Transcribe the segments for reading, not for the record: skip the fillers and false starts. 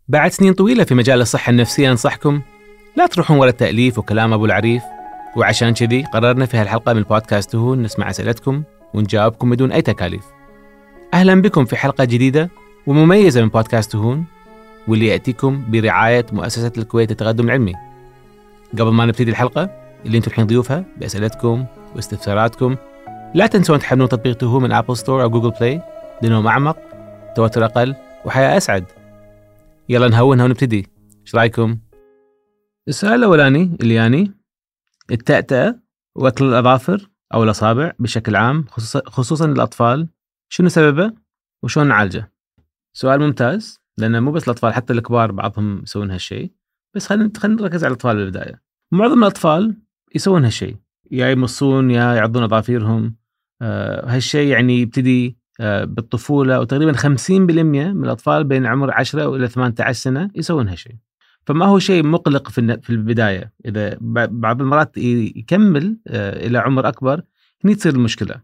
بعد سنين طويلة في مجال الصحة النفسية أنصحكم لا تروحون ورا التأليف وكلام أبو العريف، وعشان كذي قررنا في هالحلقة من البودكاست هون نسمع أسئلتكم ونجاوبكم بدون أي تكاليف. أهلا بكم في حلقة جديدة ومميزة من بودكاست هون، واللي يأتيكم برعاية مؤسسة الكويت للتقدم العلمي. قبل ما نبتدي الحلقة اللي انتم الحين ضيوفها بأسئلتكم واستفساراتكم، لا تنسون تحملون تطبيق تهو من أبل ستور أو جوجل بلاي لأنه أعمق، توتر أقل وحياة أسعد. يلا نهونها ونبتدي. ايش رايكم؟ السؤال الاولاني اللي يعني التأتأة واكل الاظافر او الاصابع بشكل عام خصوصا للاطفال، شنو سببه وشلون نعالجه؟ سؤال ممتاز، لان مو بس الاطفال حتى الكبار بعضهم يسوون هالشيء، بس خلينا نركز على الاطفال بالبدايه. معظم الاطفال يسوون هالشيء، يا يمصون يا يعضون اظافيرهم. هالشيء يعني يبتدي بالطفولة، وتقريبا 50% من الأطفال بين عمر 10 وإلى 18 سنة يسوون هالشيء. فما هو شيء مقلق في البداية. إذا بعض المرات يكمل إلى عمر أكبر هني تصير المشكلة.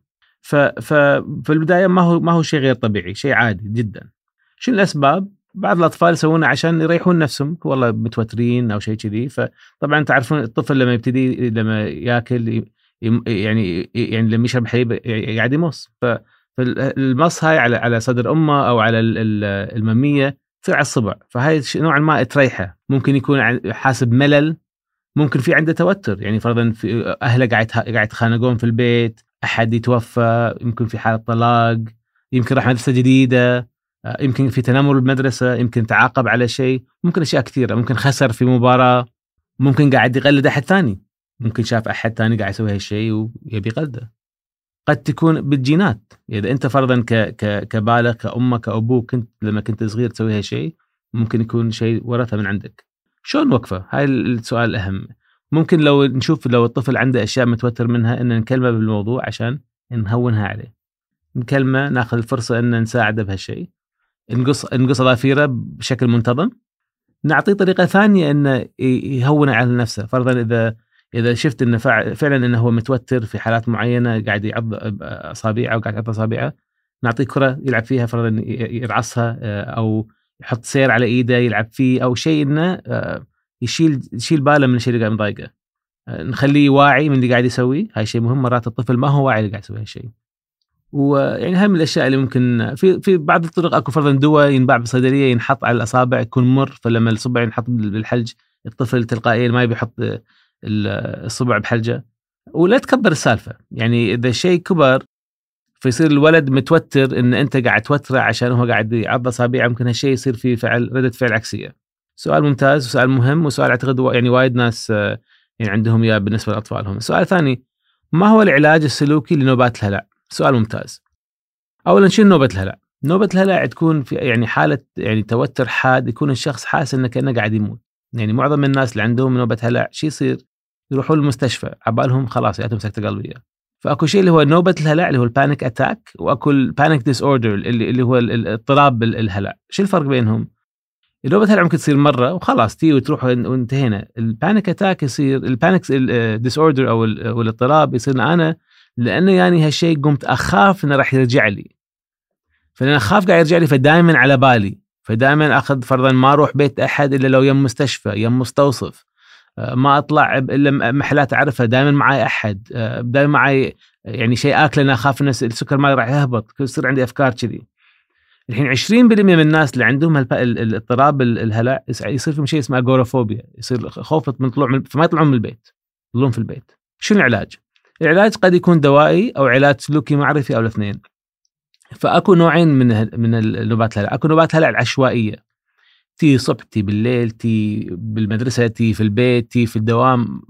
ففي البداية ما هو شيء غير طبيعي، شيء عادي جدا. شو الأسباب؟ بعض الأطفال يسوونه عشان يريحون نفسهم، والله متوترين أو شيء كذي. فطبعا تعرفون الطفل لما ياكل يعني لما يشرب حليب قاعد يمص، فالمص هاي على صدر امه او على المميه تصير على الصبع، فهاي نوعا ما تريحه. ممكن يكون حاسب ملل، ممكن في عنده توتر، يعني فرضا في اهله قاعد يتخانقون في البيت، احد يتوفى، يمكن في حاله طلاق، يمكن راح مدرسه جديده، يمكن في تنمر بالمدرسه، يمكن تعاقب على شيء، ممكن اشياء كثيره، ممكن خسر في مباراه، ممكن قاعد يقلد احد ثاني، ممكن شاف احد ثاني قاعد يسوي هالشيء ويبي يقلده. قد تكون بالجينات، إذا أنت فرضاً كبالغ كأمك كأبوك لما كنت صغير تسوي هالشيء، ممكن يكون شيء ورثه من عندك. شلون نوقفه؟ هاي السؤال الأهم. ممكن لو نشوف لو الطفل عنده أشياء متوتر منها، إن نكلمه بالموضوع عشان نهونها عليه، نكلمه، ناخذ الفرصة إن نساعده بهالشيء، نقص أظافيره بشكل منتظم، نعطيه طريقة ثانية إنه يهون على نفسه. فرضاً إذا شفت إنه فعلاً إنه هو متوتر في حالات معينة، قاعد يعض أصابعه أو قاعد يعض أصابعه، نعطيه كرة يلعب فيها، فرضاً يرعصها، أو يحط سير على إيده يلعب فيه، أو شيء إنه يشيل باله من الشيء اللي قاعد مضايقه. نخليه واعي من اللي قاعد يسويه، هاي شيء مهم. مرات الطفل ما هو واعي اللي قاعد يسوي هالشيء، ويعني هاي من الأشياء اللي ممكن في بعض الطرق. أكو فرضاً دواء ينباع بالصيدلية ينحط على الأصابع، يكون مر، فلما الصبع ينحط بالحلج الطفل تلقائيا ما يبي يحط الصبع بحلجة. ولا تكبر السالفة، يعني إذا شيء كبر فيصير الولد متوتر إن أنت قاعد توتره عشان هو قاعد يعض أصابعه، ممكن هالشيء يصير فيه ردة فعل عكسية. سؤال ممتاز وسؤال مهم، وسؤال أعتقد يعني وايد ناس يعني عندهم إياه بالنسبة لأطفالهم. السؤال الثاني، ما هو العلاج السلوكي لنوبات الهلع؟ سؤال ممتاز. أولا، شنو نوبة الهلع؟ نوبة الهلع تكون في يعني حالة يعني توتر حاد، يكون الشخص حاسس إنه كأنه قاعد يموت. يعني معظم الناس اللي عندهم نوبة هلع شو يصير؟ يروحون المستشفى، عبالهم خلاص جاتهم سكتة قلبية. فاكو شيء اللي هو نوبة الهلع اللي هو البانيك اتاك، واكو البانيك ديس اوردر اللي هو الاضطراب الهلع. شو الفرق بينهم؟ النوبة الهلع ممكن تصير مرة وخلاص تي وتروح وانتهينا. البانيك اتاك يصير، البانيك ديس اوردر او الاضطراب يصير انا لانه يعني هالشيء قمت اخاف انه راح يرجع لي، فانا اخاف قاعد يرجع لي، فدائما على بالي، فدائما اخذ فرضا ما اروح بيت احد الا لو يم مستشفى يم مستوصف، ما اطلع الا محلات اعرفها، دائما معي احد، دائما معي يعني شيء اكله، انا اخاف ان السكر ما راح يهبط، يصير عندي افكار كذي. الحين 20% من الناس اللي عندهم الاضطراب الهلع يصير فيهم شيء اسمه اغورافوبيا، يصير خوف من طلوع فما يطلعون من البيت، يظلون في البيت. شنو العلاج؟ العلاج قد يكون دوائي او علاج سلوكي معرفي او الاثنين. فاكو نوعين من النوبات الهلع. اكو نوبات هلع العشوائيه، تي صبح تي بالليل تي بالمدرسة تي في البيت تي في الدوام،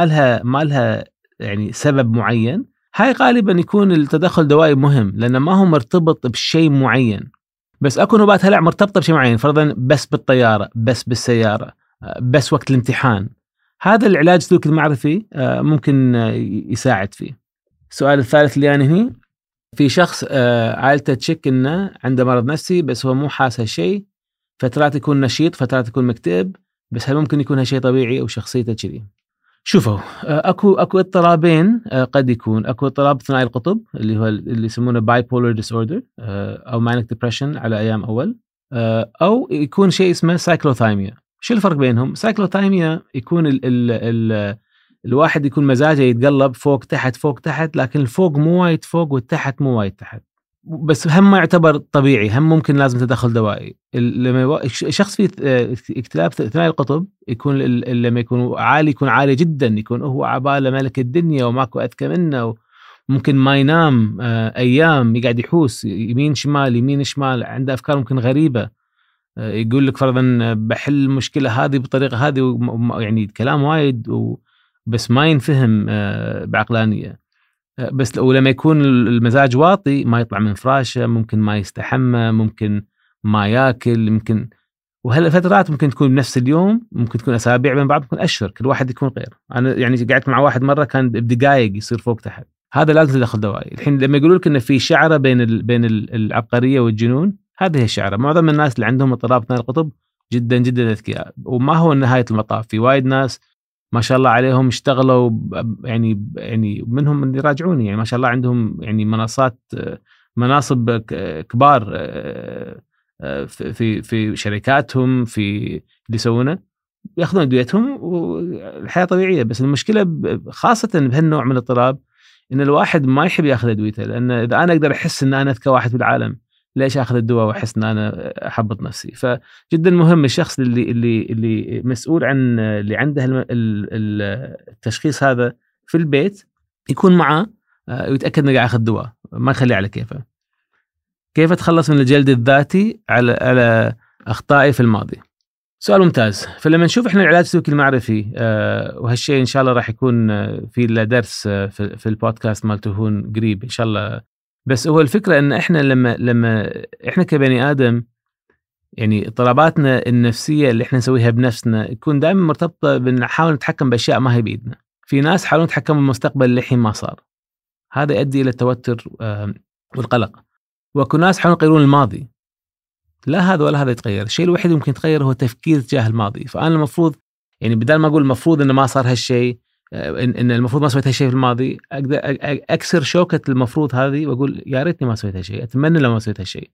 ما لها يعني سبب معين. هاي غالبا يكون التدخل دوائي مهم لأنه ما هو مرتبط بشيء معين. بس أكو نوبات هلع مرتبطة بشيء معين، فرضا بس بالطيارة، بس بالسيارة، بس وقت الامتحان. هذا العلاج السلوكي المعرفي ممكن يساعد فيه. السؤال الثالث اللي أنا هني، في شخص عائلته تشك إنه عنده مرض نفسي بس هو مو حاسس هالشيء، فترات يكون نشيط فترات يكون مكتئب، بس هل ممكن يكون هالشيء طبيعي او شخصيته كذي؟ شوفوا، اكو اضطرابين، قد يكون اكو اضطراب ثنائي القطب اللي هو اللي يسمونه باي بولر ديس اوردر او مانيك ديبرشن على ايام اول، أو يكون شيء اسمه سايكلوثايميا. شو الفرق بينهم؟ سايكلوثايميا يكون الواحد يكون مزاجه يتقلب فوق تحت فوق تحت، لكن الفوق مو وايد فوق والتحت مو وايد تحت، بس هم ما يعتبر طبيعي، هم ممكن لازم تدخل دوائي. لما شخص فيه اكتئاب ثنائي القطب يكون لما يكون عالي يكون عالي جدا، يكون هو عباله ملك الدنيا وماكو اذكى منه، ممكن ما ينام ايام، يقعد يحوس يمين شمال يمين شمال، عنده افكار ممكن غريبه، يقول لك فرضا بحل المشكله هذه بالطريقه هذه، يعني كلام وايد بس ما ينفهم بعقلانيه. بس ولما يكون المزاج واطي ما يطلع من فراشه، ممكن ما يستحمى، ممكن ما ياكل، ممكن، وهالفترات ممكن تكون بنفس اليوم، ممكن تكون اسابيع بين بعض، ممكن اشهر، كل واحد يكون غير. انا يعني قعدت مع واحد مره كان بدقائق يصير فوق تحت، هذا لازم تدخل دوائي. الحين لما يقولوا لك انه في شعره بين العبقريه والجنون، هذه هي الشعره. معظم الناس اللي عندهم اضطراب ثنائي القطب جدا جدا اذكياء، وما هو نهايه المطاف. في وايد ناس ما شاء الله عليهم اشتغلوا يعني منهم اللي يراجعوني، يعني ما شاء الله عندهم يعني مناصب كبار في شركاتهم، في اللي يسوونه، ياخذون ادويتهم والحياه طبيعيه. بس المشكله خاصه بهالنوع من الاضطراب ان الواحد ما يحب ياخذ ادويته، لان اذا انا اقدر احس ان انا اذكى واحد في العالم، ليش اخذ الدواء واحس ان انا احبط نفسي؟ فجدا مهم الشخص اللي مسؤول عن اللي عنده التشخيص هذا في البيت يكون معه ويتاكد انه قاعد ياخذ دواء، ما يخليه على كيفه. كيف اتخلص من الجلد الذاتي على اخطائي في الماضي؟ سؤال ممتاز. فلما نشوف احنا العلاج السلوكي المعرفي، وهالشيء ان شاء الله راح يكون في له درس في البودكاست مال تهون قريب ان شاء الله. بس هو الفكره ان احنا لما احنا كبني ادم، يعني اضطراباتنا النفسيه اللي احنا نسويها بنفسنا تكون دائما مرتبطه بنحاول نتحكم باشياء ما هي بايدنا. في ناس حاولوا يتحكموا بالمستقبل اللي الحين ما صار، هذا يؤدي الى التوتر والقلق. وكل ناس حاولوا يغيرون الماضي، لا هذا ولا هذا يتغير. الشيء الوحيد اللي ممكن يتغير هو تفكير تجاه الماضي. فانا المفروض يعني بدل ما اقول المفروض انه ما صار هالشيء، ان المفروض ما سويت هالشيء في الماضي، اقدر اكسر شوكه المفروض هذه واقول يا ريتني ما سويت هالشيء، اتمنى لو ما سويت هالشيء.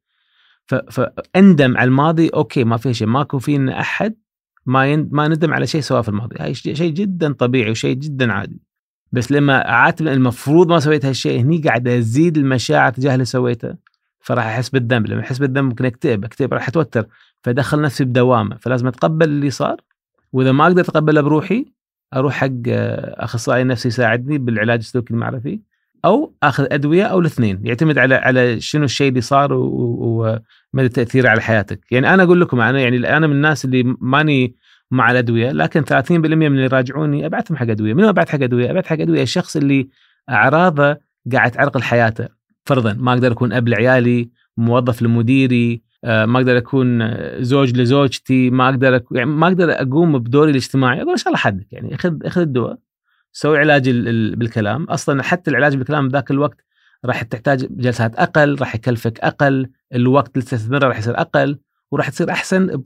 فاندم على الماضي، اوكي ما في شيء، ماكو فينا احد ما ندم على شيء سواء في الماضي، هاي شيء جدا طبيعي وشيء جدا عادي. بس لما اعاتب المفروض ما سويت هالشيء، هني قاعد ازيد المشاعر تجاه اللي سويته، فراح احس بالذنب. لما احس بالذنب ممكن اكتئب، راح اتوتر، فدخل نفسي بدوامه. فلازم اتقبل اللي صار، واذا ما اقدر اتقبله بروحي اروح حق اخصائي نفسي يساعدني بالعلاج السلوكي المعرفي، او اخذ ادويه، او الاثنين، يعتمد على شنو الشيء اللي صار ومدى تاثيره على حياتك. يعني انا اقول لكم، انا من الناس اللي ماني مع الادويه، لكن 30% من اللي يراجعوني ابعثهم حق ادويه. منو ابعث حق ادويه؟ ابعث حق ادويه الشخص اللي اعراضه قاعد تعرقل حياته. فرضا ما اقدر اكون اب لعيالي، موظف لمديري، ما اقدر اكون زوج لزوجتي، ما اقدر اقوم بدوري الاجتماعي، اقول ان شاء الله حدك، يعني اخذ الدواء، سوي علاج بالكلام. اصلا حتى العلاج بالكلام ذاك الوقت راح تحتاج جلسات اقل، راح يكلفك اقل، الوقت اللي تستثمره راح يصير اقل، وراح تصير احسن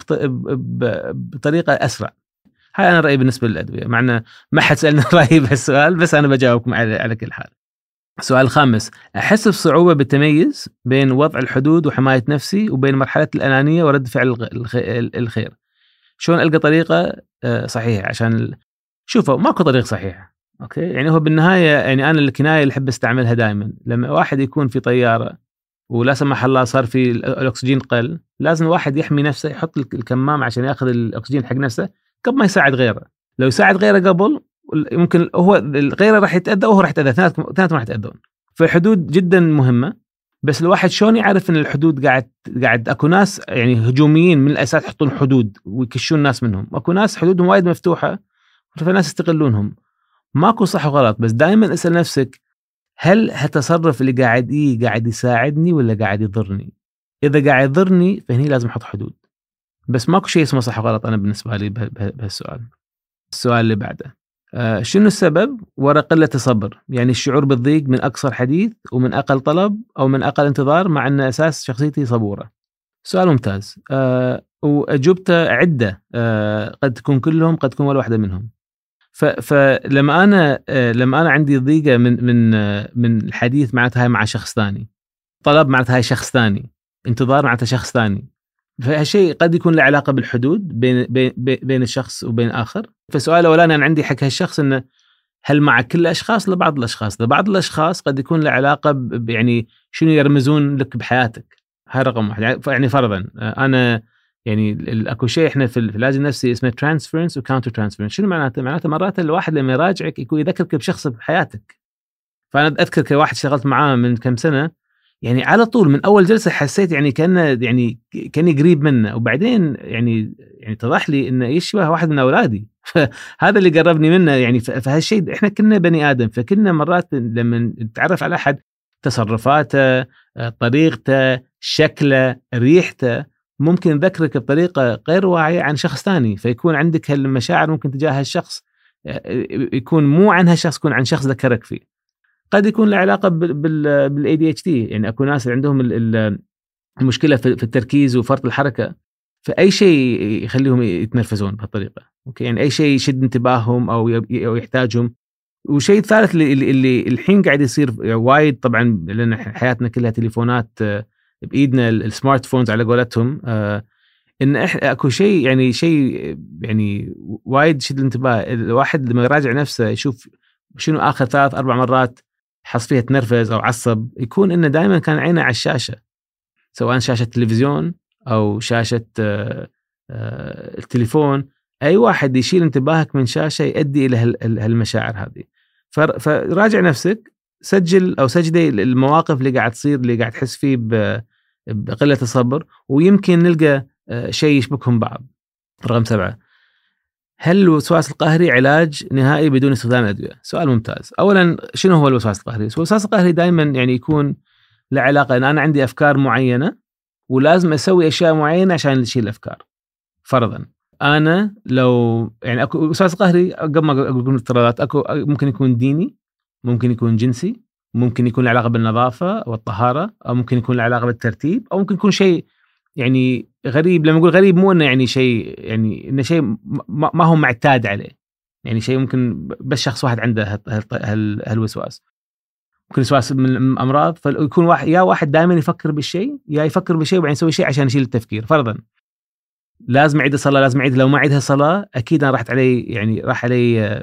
بطريقه اسرع. هاي انا رايي بالنسبه للادويه، مع انه ما حد سالني رايي بهالسؤال، بس انا بجاوبكم على كل حال. السؤال الخامس: أحس بصعوبة بالتميز بين وضع الحدود وحماية نفسي وبين مرحلة الأنانية ورد فعل الخير. شلون ألقى طريقة صحيحة؟ عشان شوفوا ماكو طريقة صحيحة، أوكي؟ يعني هو بالنهاية، يعني أنا الكناية اللي أحب استعملها دائما، لما واحد يكون في طيارة ولا سمح الله صار في الأكسجين قل، لازم الواحد يحمي نفسه، يحط الكمام عشان يأخذ الأكسجين حق نفسه قبل ما يساعد غيره. لو يساعد غيره قبل، ممكن هو غيره راح يتأذى وهو راح يتأذى، اثنيناتهم راح يتأذون. فالحدود جدا مهمة، بس الواحد شلون يعرف ان الحدود قاعد اكو ناس يعني هجوميين من الاساس يحطون حدود ويكشون الناس منهم، اكو ناس حدودهم وايد مفتوحة فالناس يستغلونهم. ماكو صح وغلط، بس دائما اسأل نفسك، هل هالتصرف اللي قاعد يساعدني ولا قاعد يضرني؟ اذا قاعد يضرني فهني لازم احط حدود، بس ماكو شيء اسمه صح وغلط انا بالنسبة لي بهالسؤال. السؤال اللي بعده: شنو السبب وراء قلة الصبر؟ يعني الشعور بالضيق من أقصر حديث ومن أقل طلب أو من أقل انتظار، مع أن أساس شخصيتي صبورة. سؤال ممتاز، وأجوبته عدة، قد تكون كلهم، قد تكون ولا واحدة منهم. فلما أنا عندي ضيقة من الحديث، معناتها هاي مع شخص ثاني، طلب معناتها هاي شخص ثاني، انتظار معناتها شخص ثاني، فهالشيء قد يكون له علاقة بالحدود بين الشخص وبين آخر. فالسؤال الأولاني أنا عندي حق هالشخص إنه هل مع كل الأشخاص لبعض الأشخاص؟ لبعض الأشخاص قد يكون له علاقة يعني شنو يرمزون لك بحياتك. هاي رقم واحد. يعني فرضا أنا يعني اكو شيء احنا في العلاج النفسي اسمه ترانسفيرنس وكاونتر ترانسفيرنس. شنو معناته؟ معناته مرات الواحد لما يراجعك يكون يذكرك بشخص بحياتك. فانا اذكر كواحد اشتغلت معاه من كم سنه، يعني على طول من اول جلسه حسيت يعني كاني قريب منه، وبعدين يعني اتضح لي انه يشبه واحد من اولادي. فهذا اللي قربني منه. يعني فهالشيء احنا كنا بني ادم، فكنا مرات لما نتعرف على احد تصرفاته، طريقته، شكله، ريحته، ممكن نذكرك بطريقة غير واعية عن شخص ثاني، فيكون عندك هالمشاعر ممكن تجاه هالشخص يكون مو عن هالشخص، يكون عن شخص ذكرك فيه. قد يكون له علاقة بال ADHD. يعني أكو ناس عندهم المشكلة في التركيز وفرط الحركة، فأي شيء يخليهم يتنرفزون بهالطريقة. أوكي، يعني أي شيء يشد انتباههم أو يحتاجهم. وشيء ثالث اللي الحين قاعد يصير وايد، طبعا لأن حياتنا كلها تليفونات بإيدنا، السمارت فونز على قولتهم، إن إحنا أكو شيء يعني وايد شد الانتباه. الواحد لما يراجع نفسه يشوف شنو آخر 3-4 مرات حص فيها تنرفز أو عصب، يكون إنه دائما كان عينه على الشاشة، سواء شاشة تلفزيون أو شاشة التليفون. أي واحد يشيل انتباهك من شاشة يؤدي إلى هالمشاعر هذه. فراجع نفسك، سجل أو سجلي المواقف اللي قاعد تصير، اللي قاعد تحس فيه بقلة الصبر، ويمكن نلقى شيء يشبكهم بعض. رقم 7، هل الوسواس القهري علاج نهائي بدون استخدام الأدوية؟ سؤال ممتاز. أولا، شنو هو الوسواس القهري؟ الوسواس القهري دائما يعني يكون له علاقة إن أنا عندي أفكار معينة ولازم أسوي أشياء معينة عشان أشيل الأفكار. فرضا أنا لو يعني أكو وسواس قهري، قبل ما أقول الافتراضات، أكو ممكن يكون ديني، ممكن يكون جنسي، ممكن يكون له علاقة بالنظافة والطهارة، أو ممكن يكون له علاقة بالترتيب، أو ممكن يكون شيء يعني غريب. لما أقول غريب مو إنه يعني شيء، يعني إنه شيء ما هو معتاد عليه، يعني شيء ممكن بس شخص واحد عنده هالوسواس. ممكن وسواس من الأمراض، فيكون واحد دائما يفكر بالشيء، يا يفكر بالشيء وبعدين يسوي شيء عشان يشيل التفكير. فرضا لازم أعيد الصلاة، لازم أعيد، لو ما أعيدها صلاة أكيد أنا راح علي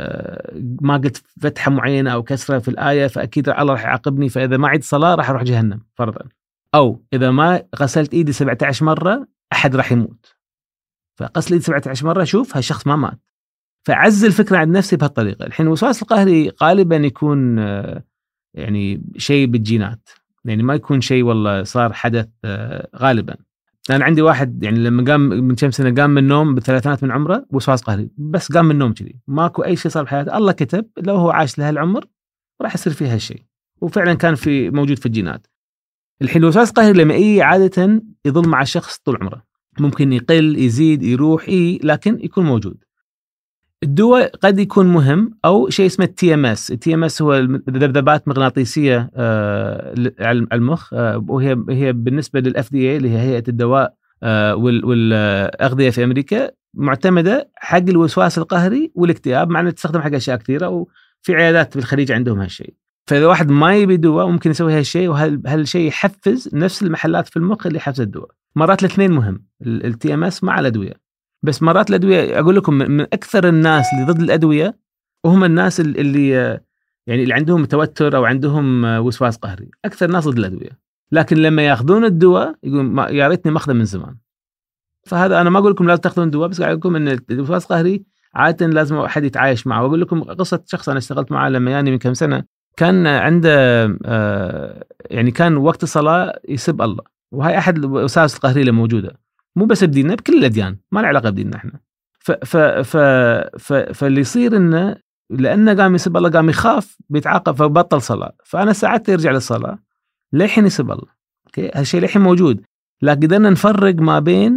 ما قلت فتحة معينة أو كسرة في الآية، فأكيد الله راح يعاقبني، فإذا ما أعيد صلاة راح أروح جهنم فرضا. أو إذا ما غسلت إيدي 17 مرة أحد راح يموت، فغسل إيدي 17 مرة شوف هالشخص ما مات. فعزل الفكرة عند نفسي بهالطريقة. الحين الوسواس القهري غالبا يكون يعني شيء بالجينات، يعني ما يكون شيء والله صار حدث. غالبا أنا عندي واحد يعني لما قام من كم سنة، قام من النوم بالثلاثينات من عمره وسواس قهري، بس قام من النوم كذي، ماكو أي شيء صار بحياته. الله كتب لو هو عاش لهالعمر راح يصير فيه هالشيء، وفعلا كان موجود في الجينات. الحين الوسواس القهري لما عادة يظل مع الشخص طول عمره، ممكن يقل يزيد يروح لكن يكون موجود. الدواء قد يكون مهم، او شيء اسمه TMS هو ذبذبات مغناطيسيه على المخ، وهي بالنسبه للFDA اللي هي هيئه الدواء والاغذيه في امريكا، معتمده حق الوسواس القهري والاكتئاب، مع انها تستخدم حق اشياء كثيره، وفي عيادات بالخليج عندهم هالشيء. فاذا واحد ما يبي دواء ممكن يسوي هالشيء، وهالشيء يحفز نفس المحلات في المخ اللي حفز الدواء. مرات الاثنين مهم، الTMS مع الادويه. بس مرات الأدوية، أقول لكم من أكثر الناس اللي ضد الأدوية وهم الناس اللي يعني اللي عندهم توتر أو عندهم وسواس قهري، أكثر ناس ضد الأدوية. لكن لما يأخذون الدواء يقول يا ريتني ماخذه من زمان. فهذا أنا ما أقول لكم لازم تأخذون دواء، بس قاعد أقول لكم إن الوسواس القهري عادة لازم أحد يتعايش معه. وأقول لكم قصة شخص أنا اشتغلت معه لما يعني من كم سنة، كان عنده يعني كان وقت الصلاة يسب الله، وهي أحد الوسواس القهرية اللي موجودة، مو بس بديننا، بكل الأديان، ما له علاقة بديننا احنا. فاللي يصير انه لانه قام يسب الله، قام يخاف بيتعاقب فبطل صلاة. فانا ساعدته يرجع للصلاة، للحين يسب الله. اوكي، هالشيء للحين موجود، لكن قدرنا نفرق ما بين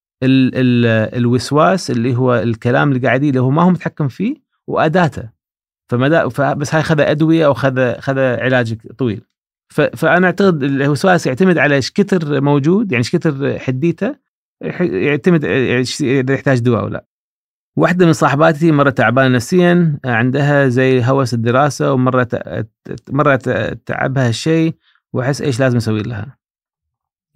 الوسواس اللي هو الكلام اللي قاعد اللي هو ما هو متحكم فيه، وأداته. بس هاي خذ أدوية أو خذ علاج طويل. فأنا أعتقد الوسواس يعتمد على ايش كتر موجود، يعني ايش كتر حديته، يعتمد إذا يحتاج دواء أو لا. واحدة من صاحباتي مرة تعبانة نفسيا، عندها زي هوس الدراسة، ومرة تعبها الشيء، وأحس إيش لازم أسوي لها.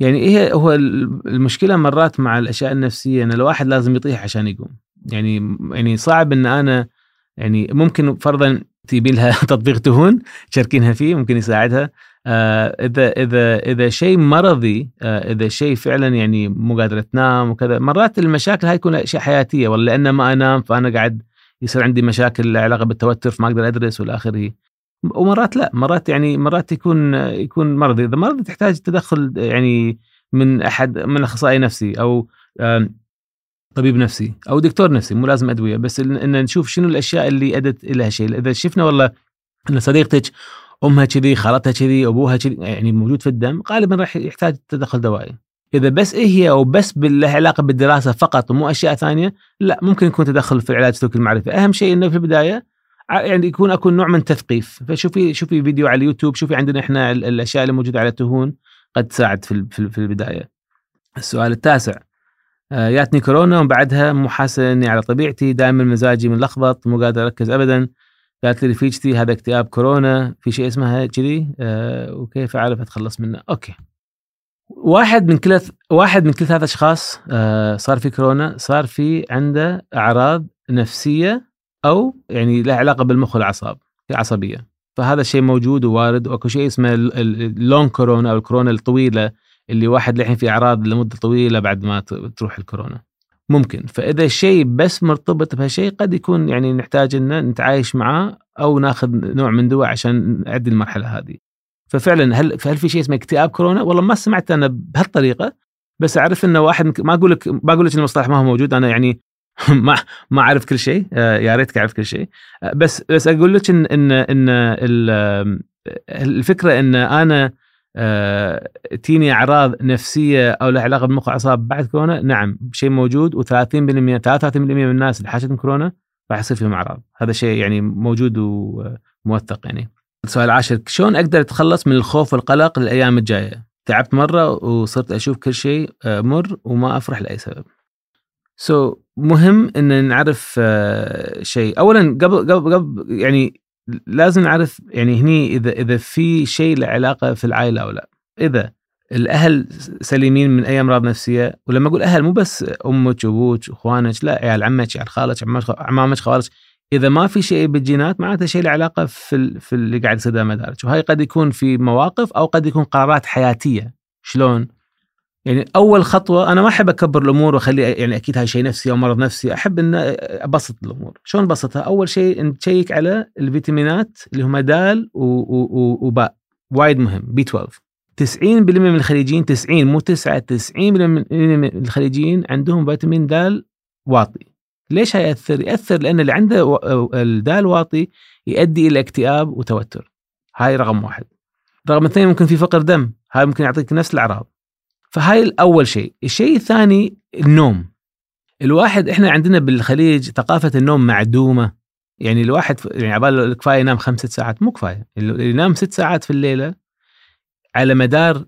يعني هو المشكلة مرات مع الأشياء النفسية أن الواحد لازم يطيح عشان يقوم. يعني صعب أن أنا يعني ممكن فرضا تجيبي لها تطبيق دهون تشاركينها فيه ممكن يساعدها. إذا شيء مرضي، إذا شيء فعلا يعني مو قادرة تنام وكذا، مرات المشاكل هاي تكون أشياء حياتية، ولا لأن ما أنام فأنا قاعد يصير عندي مشاكل لها علاقة بالتوتر فما أقدر أدرس والآخره. ومرات لا، مرات يكون مرضي. إذا مرضي تحتاج تدخل يعني من أخصائي نفسي أو طبيب نفسي أو دكتور نفسي، مو لازم أدوية، بس إن نشوف شنو الأشياء اللي أدت إلى هالشيء. إذا شفنا والله أن صديقتك أمها كذي، خالتها كذي، أبوها كذي، يعني موجود في الدم، غالبا راح يحتاج تدخل دوائي. إذا بس هي أو بس له علاقة بالدراسة فقط ومو أشياء ثانية، لا، ممكن يكون تدخل في علاج سلوك المعرفة. أهم شيء إنه في البداية يعني يكون نوع من تثقيف. فشوفي فيديو على اليوتيوب، شوفي عندنا إحنا الأشياء اللي موجودة على الدهون قد تساعد في البداية. السؤال التاسع: جاتني كورونا وبعدها مو حاسة إني على طبيعتي، دائما مزاجي ملخبط، مو قادر أركز أبدا. قالت لي رفيجتي هذا اكتئاب كورونا، في شيء اسمها كذي، وكيف أعرف أتخلص منه؟ أوكي، واحد من كل 3 أشخاص صار في كورونا صار في عنده أعراض نفسية أو يعني له علاقة بالمخ والأعصاب، في عصبية. فهذا الشيء موجود ووارد. وأكو شيء اسمه اللونج كورونا أو الكورونا الطويلة، اللي واحد لحين في أعراض لمدة طويلة بعد ما تروح الكورونا ممكن. فإذا الشيء بس مرتبط بهالشيء قد يكون يعني نحتاج إن نتعايش معه أو ناخذ نوع من دواء عشان نعدي المرحلة هذه. ففعلا هل في شيء اسمه اكتئاب كورونا؟ والله ما سمعت أنا بهالطريقة، بس أعرف إنه واحد ما أقول لك المصطلح ما هو موجود. أنا يعني ما أعرف كل شيء، يا ريتك أعرف كل شيء، بس أقول لك إن الفكرة إن أنا تيني أعراض نفسية أو لها علاقة بالمخ والأعصاب بعد كورونا، نعم شيء موجود. و33% من الناس اللي حاشتهم كورونا راح يصير فيهم أعراض. هذا شيء يعني موجود وموثق يعني. السؤال العاشر: شلون أقدر أتخلص من الخوف والقلق للأيام الجاية؟ تعبت مرة وصرت أشوف كل شيء مر وما أفرح لأي سبب. مهم إن نعرف شيء أولا قبل يعني لازم نعرف يعني هني إذا في شيء له علاقة في العائلة أو لا. إذا الأهل سليمين من أي أمراض نفسية، ولما أقول أهل مو بس أمك وأبوك وأخوانك، لا، عيال عمك، عيال خالك، عمامك، خوالك. إذا ما في شيء بالجينات معناته شيء له علاقة في اللي قاعد يصير داخل دارك، وهاي قد يكون في مواقف أو قد يكون قرارات حياتية. شلون؟ يعني أول خطوة، أنا ما أحب أكبر الأمور وأخلي يعني أكيد هاي شيء نفسي أو مرض نفسي، أحب أن أبسط الأمور. شلون أبسطها؟ أول شيء نشيك على الفيتامينات اللي هم دال وباء، وايد مهم. B12. 90% من الخليجيين، 90 مو 9، 90% من الخليجيين عندهم فيتامين دال واطي. ليش هاي يأثر؟ لأن اللي عنده الدال واطي يؤدي إلى اكتئاب وتوتر. هاي رقم 1. رقم 2 ممكن في فقر دم، هاي ممكن يعطيك نفس الأعراض. فهاي الأول شيء. الشيء الثاني النوم. الواحد إحنا عندنا بالخليج ثقافة النوم معدومة. يعني الواحد يعني عبال كفاية ينام 5-6 ساعات، مو كفاية. اللي ينام 6 ساعات في الليلة على مدار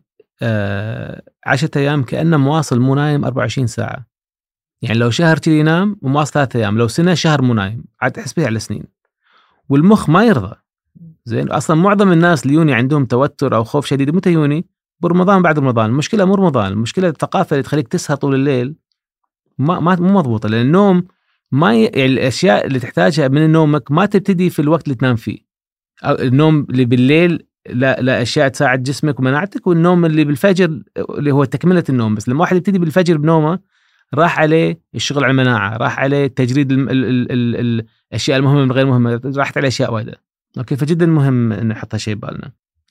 10 أيام كأنه مواصل مو نايم 24 ساعة. يعني لو شهر كذي ينام ومواصل 3 أيام، لو سنة شهر مو نايم، عاد تحسبها على سنين. والمخ ما يرضى. زين، أصلا معظم الناس اللي يوني عندهم توتر أو خوف شديد متى يوني؟ برمضان، بعد رمضان. المشكلة مو رمضان، المشكلة الثقافة اللي تخليك تسهر طول الليل مو مضبوطة. لأن النوم يعني الأشياء اللي تحتاجها من نومك ما تبتدي في الوقت اللي تنام فيه. النوم اللي بالليل لا أشياء تساعد جسمك ومناعتك، والنوم اللي بالفجر اللي هو تكملة النوم. بس لما واحد يبتدي بالفجر بنومه راح عليه الشغل على المناعة، راح عليه تجريد الأشياء المهمة من غير مهمة، راحت عليه أشياء وايدة. أوكي، فجدا مهم إن نحط شيء بالنا.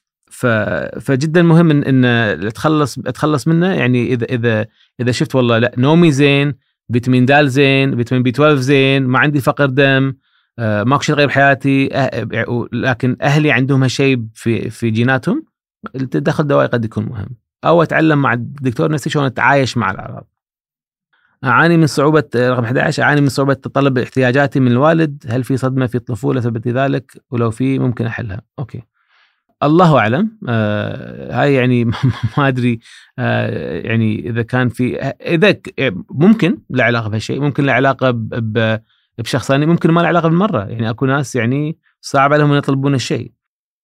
فجدا مهم ان اتخلص منه. يعني اذا شفت والله لا، نومي زين، فيتامين د زين، فيتامين B12 زين، ما عندي فقر دم، ماكو شيء غير بحياتي، لكن اهلي عندهم هالشيء في جيناتهم، التدخل الدوائي قد يكون مهم. او اتعلم مع الدكتور نفسي شلون اتعايش مع الاعراض. اعاني من صعوبه، رقم 11، اعاني من صعوبه تطلب احتياجاتي من الوالد، هل في صدمه في الطفوله ثبت ذلك؟ ولو في ممكن احلها؟ اوكي، الله أعلم. هاي يعني ما أدري. يعني إذا كان في، إذا ممكن له علاقة بهالشيء، ممكن له علاقة بشخص ثاني، ممكن ما له علاقة بالمرة. يعني أكو ناس يعني صعب عليهم يطلبون الشيء.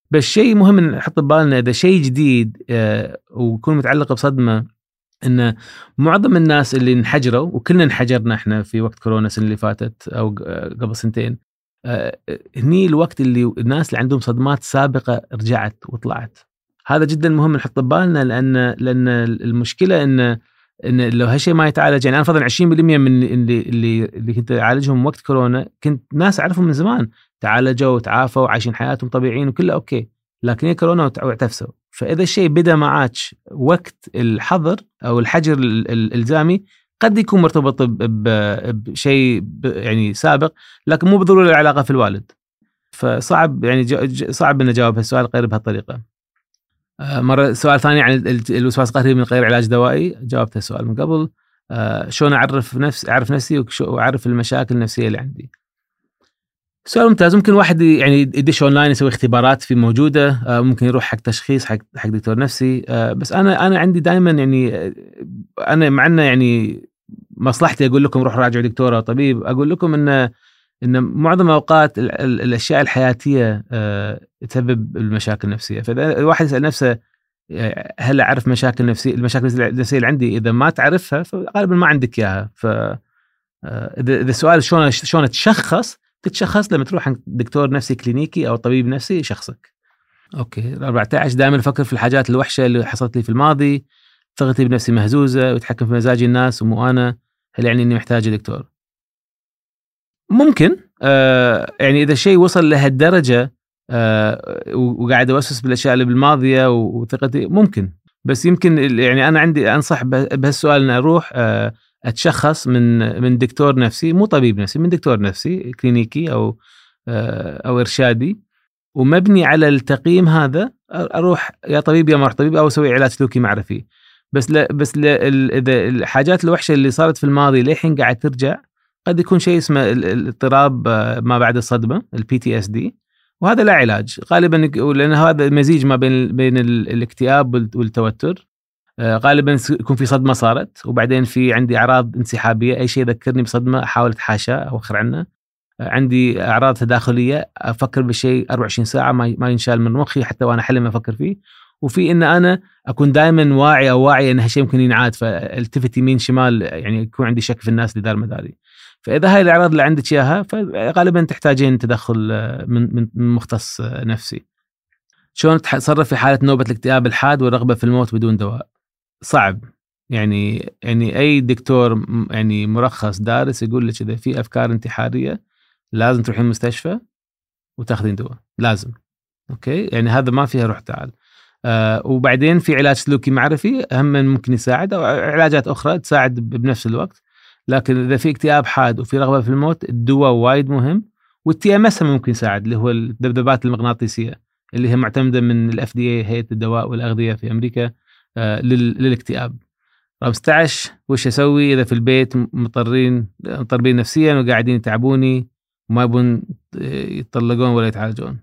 بس شيء مهم نحط ببالنا إذا شيء جديد ويكون متعلق بصدمة، إن معظم الناس اللي انحجروا، وكلنا انحجرنا إحنا في وقت كورونا السنة اللي فاتت أو قبل سنتين، هني الوقت اللي الناس اللي عندهم صدمات سابقة رجعت وطلعت. هذا جدا مهم نحط ببالنا، لأن المشكلة إن لو هالشيء ما يتعالج، يعني أنا فرضاً 20% من اللي كنت أعالجهم وقت كورونا كنت ناس أعرفهم من زمان تعالجوا وتعافوا وعايشين حياتهم طبيعيين وكله أوكي، لكن هي كورونا واعتفسوا. فإذا الشيء بدأ معاك وقت الحظر أو الحجر الإلزامي قد يكون مرتبط بشيء يعني سابق، لكن مو بالضرورة العلاقة في الوالد. فصعب يعني صعب أن نجاوب هالسؤال غير بهالطريقة. مرة سؤال ثاني عن الوسواس القهري من غير علاج دوائي، جاوبت السؤال من قبل. شلون أعرف نفسي وأعرف المشاكل النفسية اللي عندي. سؤال ممتاز. ممكن واحد يعني يدش أونلاين يسوي اختبارات في موجودة، ممكن يروح حق تشخيص حق دكتور نفسي. بس أنا عندي دائما يعني أنا معنا يعني مصلحتي أقول لكم روح راجعوا دكتور أو طبيب. أقول لكم إن معظم الأوقات الأشياء الحياتية تسبب المشاكل النفسية. فإذا الواحد يسأل نفسه هل أعرف المشاكل النفسية اللي عندي؟ إذا ما تعرفها فغالبا ما عندك إياها. إذا السؤال شلون تتشخص لما تروح عند دكتور نفسي كلينيكي أو طبيب نفسي يشخصك. أوكي. 14 دائما أفكر في الحاجات الوحشة اللي حصلت لي في الماضي، ثقتي بنفسي مهزوزة ويتحكم في مزاج الناس ومو أنا. هل يعني إني محتاج دكتور؟ ممكن يعني إذا شيء وصل لهالدرجة وقاعد أوسوس بالأشياء اللي بالماضية وثقتي، ممكن. بس يمكن يعني أنا عندي أنصح بهالسؤال أن أروح أتشخص من دكتور نفسي، مو طبيب نفسي، من دكتور نفسي كلينيكي أو إرشادي، ومبني على التقييم هذا أروح يا طبيب يا ما أروح طبيب أو أسوي علاج سلوكي معرفي. بس إذا الحاجات الوحشة اللي صارت في الماضي للحين قاعد ترجع، قد يكون شيء اسمه الاضطراب ما بعد الصدمة، PTSD، وهذا لا علاج غالبا، لأن هذا مزيج ما بين الاكتئاب والتوتر. غالبا يكون في صدمة صارت وبعدين في عندي أعراض انسحابية، أي شيء يذكرني بصدمة أحاول أتحاشى أو أخر عنه. عندي أعراض تداخلية، أفكر بالشيء 24 ساعة ما ينشال من مخي حتى وأنا حلم أفكر فيه. وفي إن أنا أكون دائما واعي أن هالشيء ممكن ينعاد، فالتفت يمين شمال، يعني يكون عندي شك في الناس اللي دار مداري. فإذا هاي الأعراض اللي عندك إياها فغالبا تحتاجين تدخل من مختص نفسي. شلون تتصرف في حالة نوبة الاكتئاب الحاد والرغبة في الموت بدون دواء؟ صعب. يعني أي دكتور يعني مرخص دارس يقول لك إذا في أفكار انتحارية لازم تروحين المستشفى وتاخذين دواء، لازم. أوكي، يعني هذا ما فيها روح تعال. وبعدين في علاج سلوكي معرفي هم ممكن يساعد، أو علاجات أخرى تساعد بنفس الوقت. لكن إذا في اكتئاب حاد وفي رغبة في الموت، الدواء وايد مهم. والTMS ممكن يساعد، اللي هو الذبذبات المغناطيسية اللي هي معتمدة من الFDA، هيئة الدواء والأغذية في أمريكا، للاكتئاب. رقم 16، وش أسوي إذا في البيت مضطربين نفسيا وقاعدين يتعبوني وما يبون يتطلقون ولا يتعالجون؟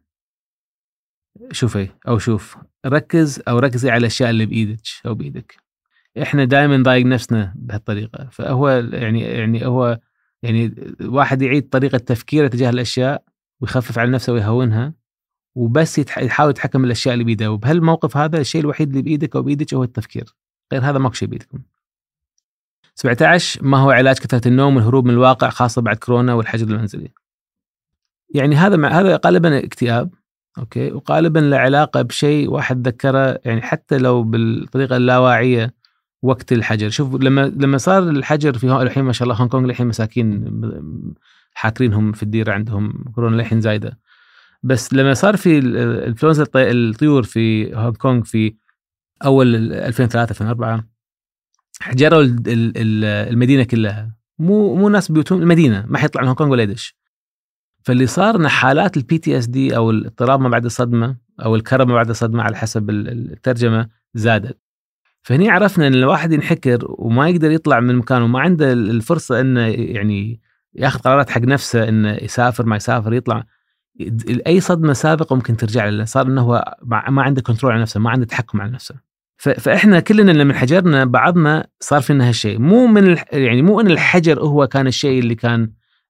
شوف ركزي على الأشياء اللي بإيدك أو بإيدك. إحنا دائما نضايق نفسنا بهالطريقة. فهو يعني واحد يعيد طريقة تفكيره تجاه الأشياء ويخفف على نفسه ويهونها، وبس يحاول يتحكم بالأشياء اللي بيده. وبهالموقف هذا الشيء الوحيد اللي بإيدك أو بإيدك هو التفكير، غير هذا ماكو شيء بإيدكم. 17، ما هو علاج كثرة النوم والهروب من الواقع خاصة بعد كورونا والحجر المنزلي؟ يعني هذا غالبا اكتئاب، أوكي، وغالبا له علاقة بشيء واحد ذكره، يعني حتى لو بالطريقة اللاواعية وقت الحجر. شوف لما صار الحجر في الحين ما شاء الله هونغ كونغ الحين مساكين حاكرينهم في الديرة، عندهم كورونا الحين زايدة. بس لما صار في الانفلونزا الطيور في هونغ كونغ في أول 2003-2004، حجروا المدينة كلها، مو ناس بيوتهم، المدينة ما حيطلع من هونغ كونغ ولا يدش. فاللي صار إن حالات PTSD أو الاضطراب ما بعد الصدمة أو الكرب ما بعد الصدمة على حسب الترجمة زادت. فهني عرفنا إن الواحد ينحكر وما يقدر يطلع من مكانه وما عنده الفرصة إنه يعني ياخذ قرارات حق نفسه، إنه يسافر ما يسافر يطلع. أي صدمة سابقة ممكن ترجع له، صار إنه هو ما عنده كنترول على نفسه، ما عنده تحكم على نفسه. فإحنا كلنا لما حجرنا بعضنا صار فينا هالشيء. مو إن الحجر هو كان الشيء اللي كان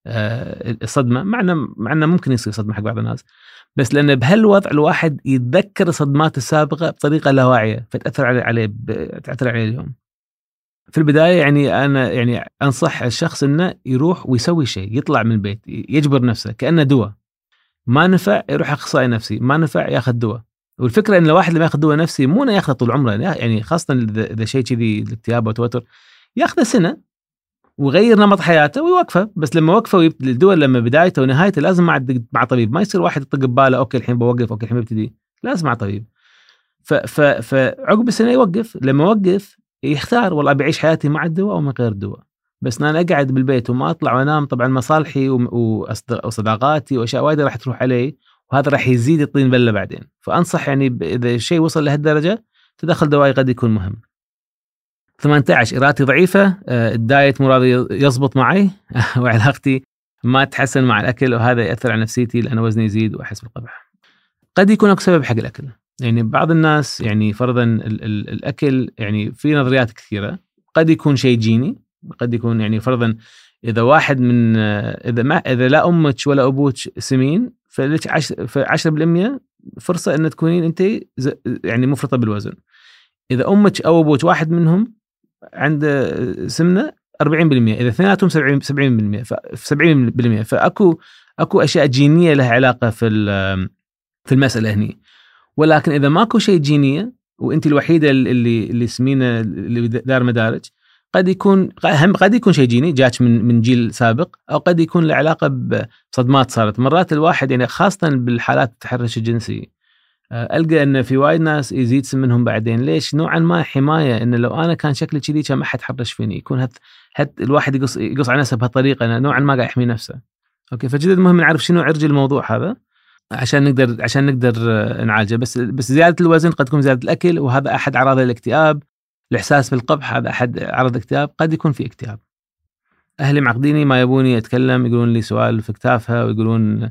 الصدمة، معنا ممكن يصير صدمة حق بعض الناس، بس لأن بهالوضع الواحد يتذكر الصدمات السابقة بطريقة لا واعية فتأثر عليه اليوم. في البداية يعني أنا يعني أنصح الشخص إنه يروح ويسوي شيء، يطلع من البيت، يجبر نفسه كأنه دواء. ما نفع يروح أخصائي نفسي، ما نفع ياخذ دواء. والفكرة إن الواحد لما ياخذ دواء نفسي مو إنه ياخذه طول عمره، يعني خاصة إذا شيء كذي الاكتئاب والتوتر ياخذه سنة ويغير نمط حياته ويوقفه. بس لما وقفه الدواء لما بدايته ونهايته لازم مع طبيب، ما يصير واحد يطق بباله أوكي الحين بوقف، أوكي الحين ببتدي، لازم مع طبيب. فعقب السنة يوقف، لما يوقف يختار والله بعيش حياتي مع الدواء أو من غير الدواء. بس أنا أقعد بالبيت وما أطلع وأنام، طبعا مصالحي وصداقاتي وأشياء وايدة راح تروح علي، وهذا راح يزيد الطين بلة بعدين. فأنصح يعني إذا الشيء وصل لهالدرجة تدخل دوائي قد يكون مهم. 18 إرادتي ضعيفة، الدايت مو راضي يزبط معي وعلاقتي ما تحسن مع الأكل، وهذا يأثر على نفسيتي لأن وزني يزيد وأحس بالقبح. قد يكون أكو سبب حق الأكل، يعني بعض الناس يعني فرضا الأكل يعني في نظريات كثيرة. قد يكون شيء جيني، قد يكون يعني فرضا إذا واحد من إذا لا أمك ولا أبوك سمين فلك 10% فرصة أن تكونين أنت يعني مفرطة بالوزن. إذا أمك أو أبوك واحد منهم عنده سمنة 40%، إذا اثنيناتهم 70%، 70%. فأكو أشياء جينية لها علاقة في المسألة هني. ولكن إذا ماكو شيء جينية وأنت الوحيدة اللي سمينة اللي دار مدارج، قد يكون شيء جيني جاك من جيل سابق، أو قد يكون له علاقة بصدمات صارت. مرات الواحد يعني خاصة بالحالات التحرش الجنسي ألقى أن في وايد ناس يزيد سمنهم بعدين. ليش؟ نوعا ما حماية، إن لو أنا كان شكلي كذي كان ما حد حرش فيني، يكون الواحد يقص على نفسه بهالطريقة، أنا نوعا ما قاعد يحمي نفسه. أوكي، فجدا مهم نعرف شنو عرج الموضوع هذا عشان نقدر نعالجه. بس زيادة الوزن قد تكون زيادة الأكل، وهذا أحد أعراض الاكتئاب. الإحساس بالقبح هذا أحد أعراض الاكتئاب، قد يكون في اكتئاب. أهلي معقديني، ما يبوني أتكلم، يقولون لي سؤال في كتافها ويقولون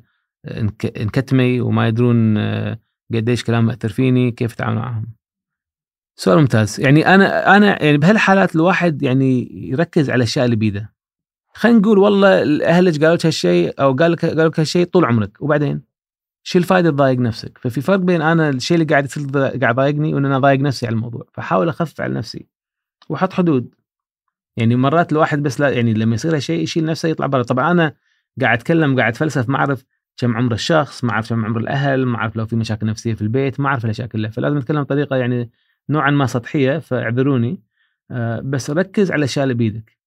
انكتمي، وما يدرون قديش كلام مأثر فيني، كيف أتعامل معهم. سؤال ممتاز. يعني أنا يعني بهالحالات الواحد يعني يركز على الأشياء اللي بيده. خلينا نقول والله أهلك قالوا لك هالشيء أو قالوا لك هالشيء طول عمرك، وبعدين شو الفائدة تضايق نفسك؟ ففي فرق بين أنا الشيء اللي قاعد يصير قاعد ضايقني وإن أنا ضايق نفسي على الموضوع، فحاول أخفف على نفسي وحط حدود. يعني مرات الواحد بس لا يعني لما يصير شيء يشيل نفسه يطلع برا. طبعا أنا قاعد أتكلم قاعد فلسف، ما أعرف كم عمر الشخص، ما أعرف كم عمر الأهل، ما أعرف لو في مشاكل نفسية في البيت، ما أعرف الأشياء كلها، فلازم أتكلم بطريقة يعني نوعا ما سطحية، فاعذروني. بس ركز على الأشياء اللي بيدك،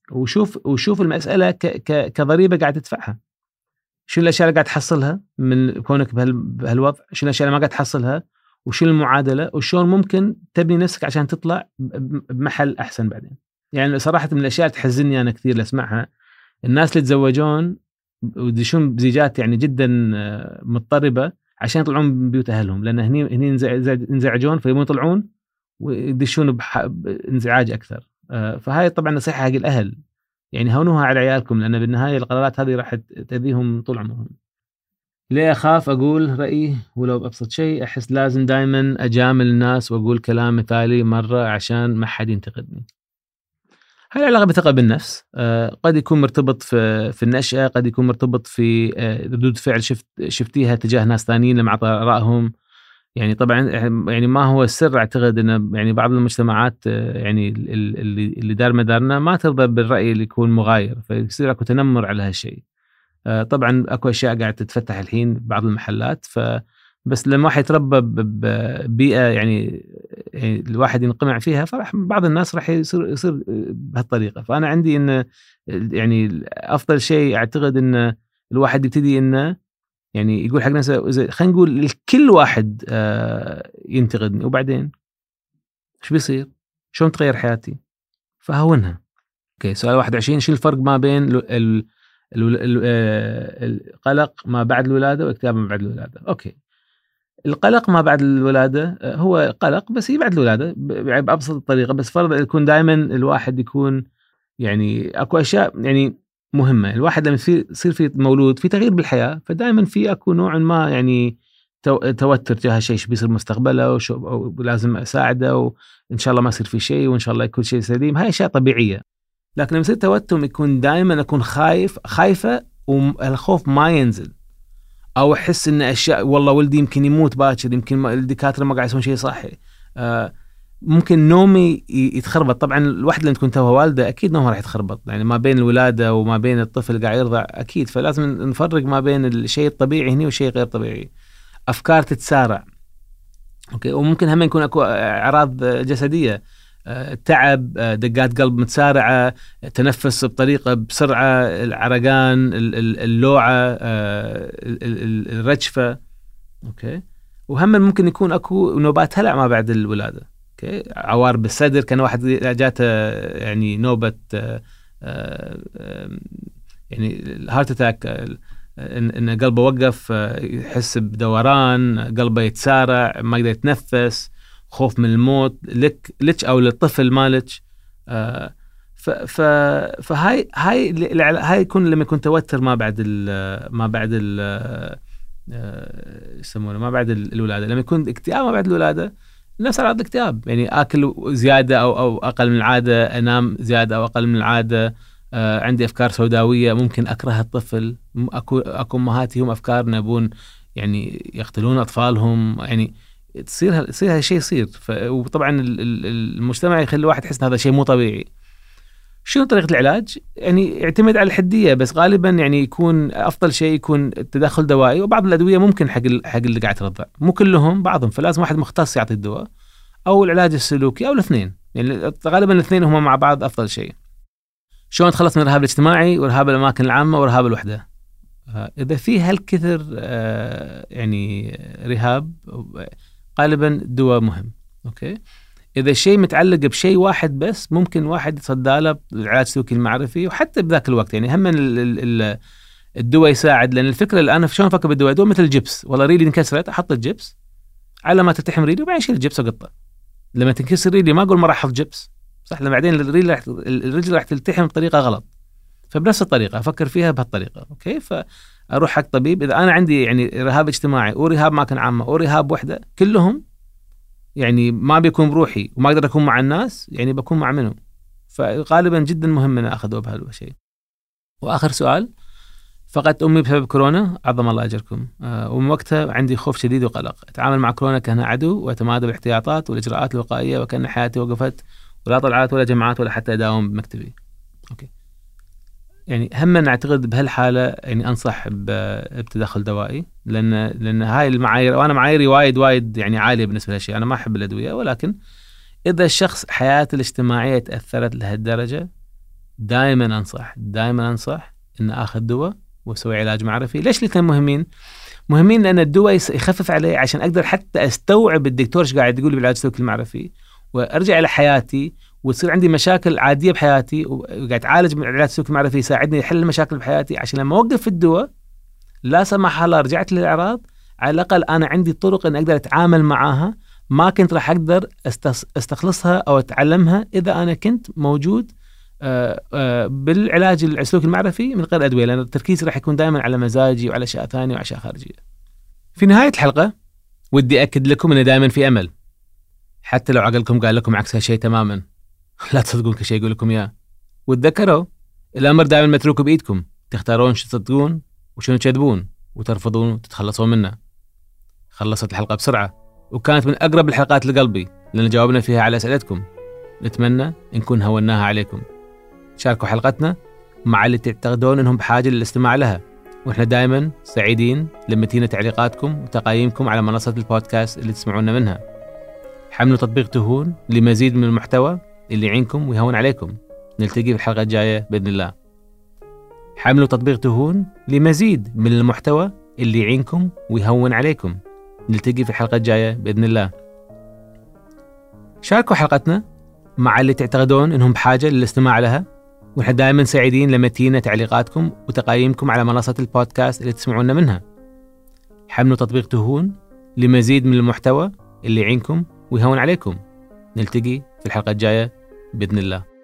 وشوف المسألة كضريبة قاعد تدفعها. شو الأشياء اللي قاعد تحصلها من كونك بهالوضع؟ شو الأشياء اللي ما قاعد تحصلها؟ وشو المعادلة؟ وشون ممكن تبني نفسك عشان تطلع بمحل أحسن بعدين؟ يعني صراحة من الأشياء تحزني أنا كثير لأسمعها، الناس اللي يتزوجون ويدشون بزيجات يعني جدا مضطربة عشان يطلعون من بيوت أهلهم، لأن هني ينزعجون فيبون يطلعون ويدشون بانزعاج أكثر. فهاي طبعا نصيحة حق الأهل، يعني هونوها على عيالكم، لأن بالنهاية القرارات هذه راح تأذيهم طول عمرهم. ليه أخاف أقول رأيي ولو بأبسط شيء؟ أحس لازم دائما أجامل الناس وأقول كلام مثالي مرة عشان ما حد ينتقدني. هاي العلاقة بثقة بالنفس، قد يكون مرتبط في النشأة، قد يكون مرتبط في ردود فعل شفتيها تجاه ناس ثانيين لما عطى رأيهم. يعني طبعا يعني ما هو السر، اعتقد ان يعني بعض المجتمعات يعني اللي دار مدارنا ما ترضى بالرأي اللي يكون مغاير، فيصير اكو تنمر على هالشيء. طبعا اكو اشياء قاعد تتفتح الحين بعض المحلات، بس لما واحد يتربى ببيئة يعني الواحد ينقمع فيها، فرح بعض الناس راح يصير بهالطريقة. فأنا عندي إن يعني أفضل شيء أعتقد إن الواحد يبتدي إنه يعني يقول حق نفسه خلينا نقول الكل واحد ينتقدني، وبعدين إيش بيصير؟ شلون تغير حياتي؟ فهونها. أوكي، سؤال 21، شو الفرق ما بين القلق ما بعد الولادة واكتئاب ما بعد الولادة؟ أوكي، القلق ما بعد الولادة هو قلق بس هي بعد الولادة بأبسط الطريقة، بس فرض يكون دائما الواحد يكون يعني أكو أشياء يعني مهمة. الواحد لما يصير في مولود في تغيير بالحياة، فدائما في أكو نوع ما يعني توتر تجاه شيء بيصير مستقبله، ولازم أساعده، وإن شاء الله ما يصير في شيء، وإن شاء الله يكون شيء سليم. هاي أشياء طبيعية. لكن لما يصير توتر يكون دائما أكون خايفة والخوف ما ينزل، أو أحس إن أشياء والله ولدي يمكن يموت باكر، يمكن الدكاترة ما قاعد يسوون شيء صحي، ممكن نومي يتخربط. طبعا الواحد لما تكون توها والدة أكيد نومها راح يتخربط، يعني ما بين الولادة وما بين الطفل قاعد يرضع أكيد، فلازم نفرق ما بين الشيء الطبيعي هنا والشيء غير طبيعي. أفكار تتسارع، أوكي، وممكن هم يكون أكو أعراض جسدية، تعب، دقات قلب متسارعة، تنفس بطريقة بسرعة، العرقان، اللوعة، الرجفة، أوكي. وهم ممكن يكون أكو نوبات هلع ما بعد الولادة، أوكي، عوار بالصدر، كان واحد جاته يعني نوبة يعني الهارت اتاك، إن قلبه وقف، يحس بدوران، قلبه يتسارع، ما يقدر يتنفس، خوف من الموت لك أو للطفل مالك. هاي يكون لما يكون توتر ما بعد يسمونه ما بعد الولادة. لما يكون اكتئاب ما بعد الولادة، نفس أعراض الاكتئاب، يعني آكل زيادة أو أقل من العادة، أنام زيادة أو أقل من العادة، عندي أفكار سوداوية، ممكن أكره الطفل، أكو أمهاتي هم أفكارنا يبون يعني يقتلون أطفالهم، يعني تصير هالشيء يصير. وطبعا المجتمع يخلي الواحد يحس هذا شيء مو طبيعي. شنو طريقة العلاج؟ يعني يعتمد على الحدية، بس غالبا يعني يكون أفضل شيء يكون التدخل دوائي، وبعض الأدوية ممكن حق اللي قاعد ترضع، مو كلهم، بعضهم، فلازم واحد مختص يعطي الدواء، أو العلاج السلوكي، أو الاثنين، يعني غالبا الاثنين هم مع بعض أفضل شيء. شلون نتخلص من الرهاب الاجتماعي ورهاب الأماكن العامة ورهاب الوحدة؟ إذا في هالكثر يعني رهاب، غالبا دواء مهم، أوكي. إذا الشيء متعلق بشيء واحد بس، ممكن واحد يتصدى له العلاج السلوكي المعرفي، وحتى بذاك الوقت يعني هم الدواء يساعد، لأن الفكرة الآن في شلون أفكر بالدواء، مثل الجبس، والله ريلي انكسرت، أحط الجبس على ما تلتحم ريلي، وبعدين أشيل الجبس وقطه. لما تنكسر ريلي ما أقول ما راح أحط جبس، صح، لما بعدين الرجل راح تلتحم بطريقة غلط، فبنفس الطريقة أفكر فيها بهالطريقة، أوكي. فأروح حق طبيب. إذا أنا عندي يعني رهاب اجتماعي ورهاب أماكن عامة ورهاب وحدة، كلهم يعني ما بيكون بروحي وما أقدر أكون مع الناس، يعني بكون مع منهم، فغالبا جدا مهم أن أخذه بهالشيء. وآخر سؤال: فقدت أمي بسبب كورونا، عظم الله أجركم، ومن وقتها عندي خوف شديد وقلق، أتعامل مع كورونا كأنها عدو، وأتمادى بالاحتياطات والإجراءات الوقائية، وكأن حياتي وقفت، ولا طلعات ولا جماعات ولا حتى أداوم بمكتبي. أوكي، يعني هم نعتقد بهالحالة يعني أنصح بتدخل دوائي، لأن هاي المعايير، وأنا معاييري وايد يعني عالية بالنسبة لهالشيء، أنا ما أحب الأدوية، ولكن إذا الشخص حياته الاجتماعية تأثرت لهالدرجة، دائما أنصح إن أخذ دواء وأسوي علاج معرفي. ليش الاثنين مهمين؟ لأن الدواء يخفف عليه، عشان أقدر حتى أستوعب الدكتور إيش قاعد يقول بالعلاج السلوكي المعرفي، وأرجع إلى حياتي، وتصير عندي مشاكل عادية بحياتي، وقاعد أتعالج من العلاج السلوكي المعرفي يساعدني يحل المشاكل بحياتي، عشان لما أوقف الدواء لا سمح الله رجعت للأعراض، على الأقل أنا عندي طرق أن أقدر أتعامل معاها ما كنت راح أقدر استخلصها أو أتعلمها إذا أنا كنت موجود بالعلاج السلوكي المعرفي من غير أدوية، لأن التركيز راح يكون دائما على مزاجي وعلى أشياء ثانية وأشياء خارجية. في نهاية الحلقة ودي أكد لكم أن دائما في أمل، حتى لو عقلكم قال لكم عكس هالشيء تماما، لا تصدقون كل شيء يقول لكم إياه، وتذكروا الأمر دائما متروك بإيدكم، تختارون شو تصدقون وشنو تكذبون وترفضون وتتخلصون منه. خلصت الحلقة بسرعة، وكانت من أقرب الحلقات لقلبي، لأن جاوبنا فيها على أسئلتكم، نتمنى نكون هوناها عليكم. شاركوا حلقتنا مع اللي تعتقدون أنهم بحاجة للاستماع لها، وإحنا دائما سعيدين لما تينا تعليقاتكم وتقييمكم على منصة البودكاست اللي تسمعونا منها. حملوا تطبيق تهون لمزيد من المحتوى اللي يعينكم ويهون عليكم. نلتقي في الحلقة الجاية بإذن الله. حملوا تطبيق تهون لمزيد من المحتوى اللي يعينكم ويهون عليكم. نلتقي في الحلقة الجاية بإذن الله. شاركوا حلقتنا مع اللي تعتقدون أنهم بحاجة للاستماع لها، ونحن دائما سعيدين لما تينا تعليقاتكم وتقييمكم على منصة البودكاست اللي تسمعونا منها. حملوا تطبيق تهون لمزيد من المحتوى اللي يعينكم ويهون عليكم. نلتقي في الحلقة الجاية بإذن الله.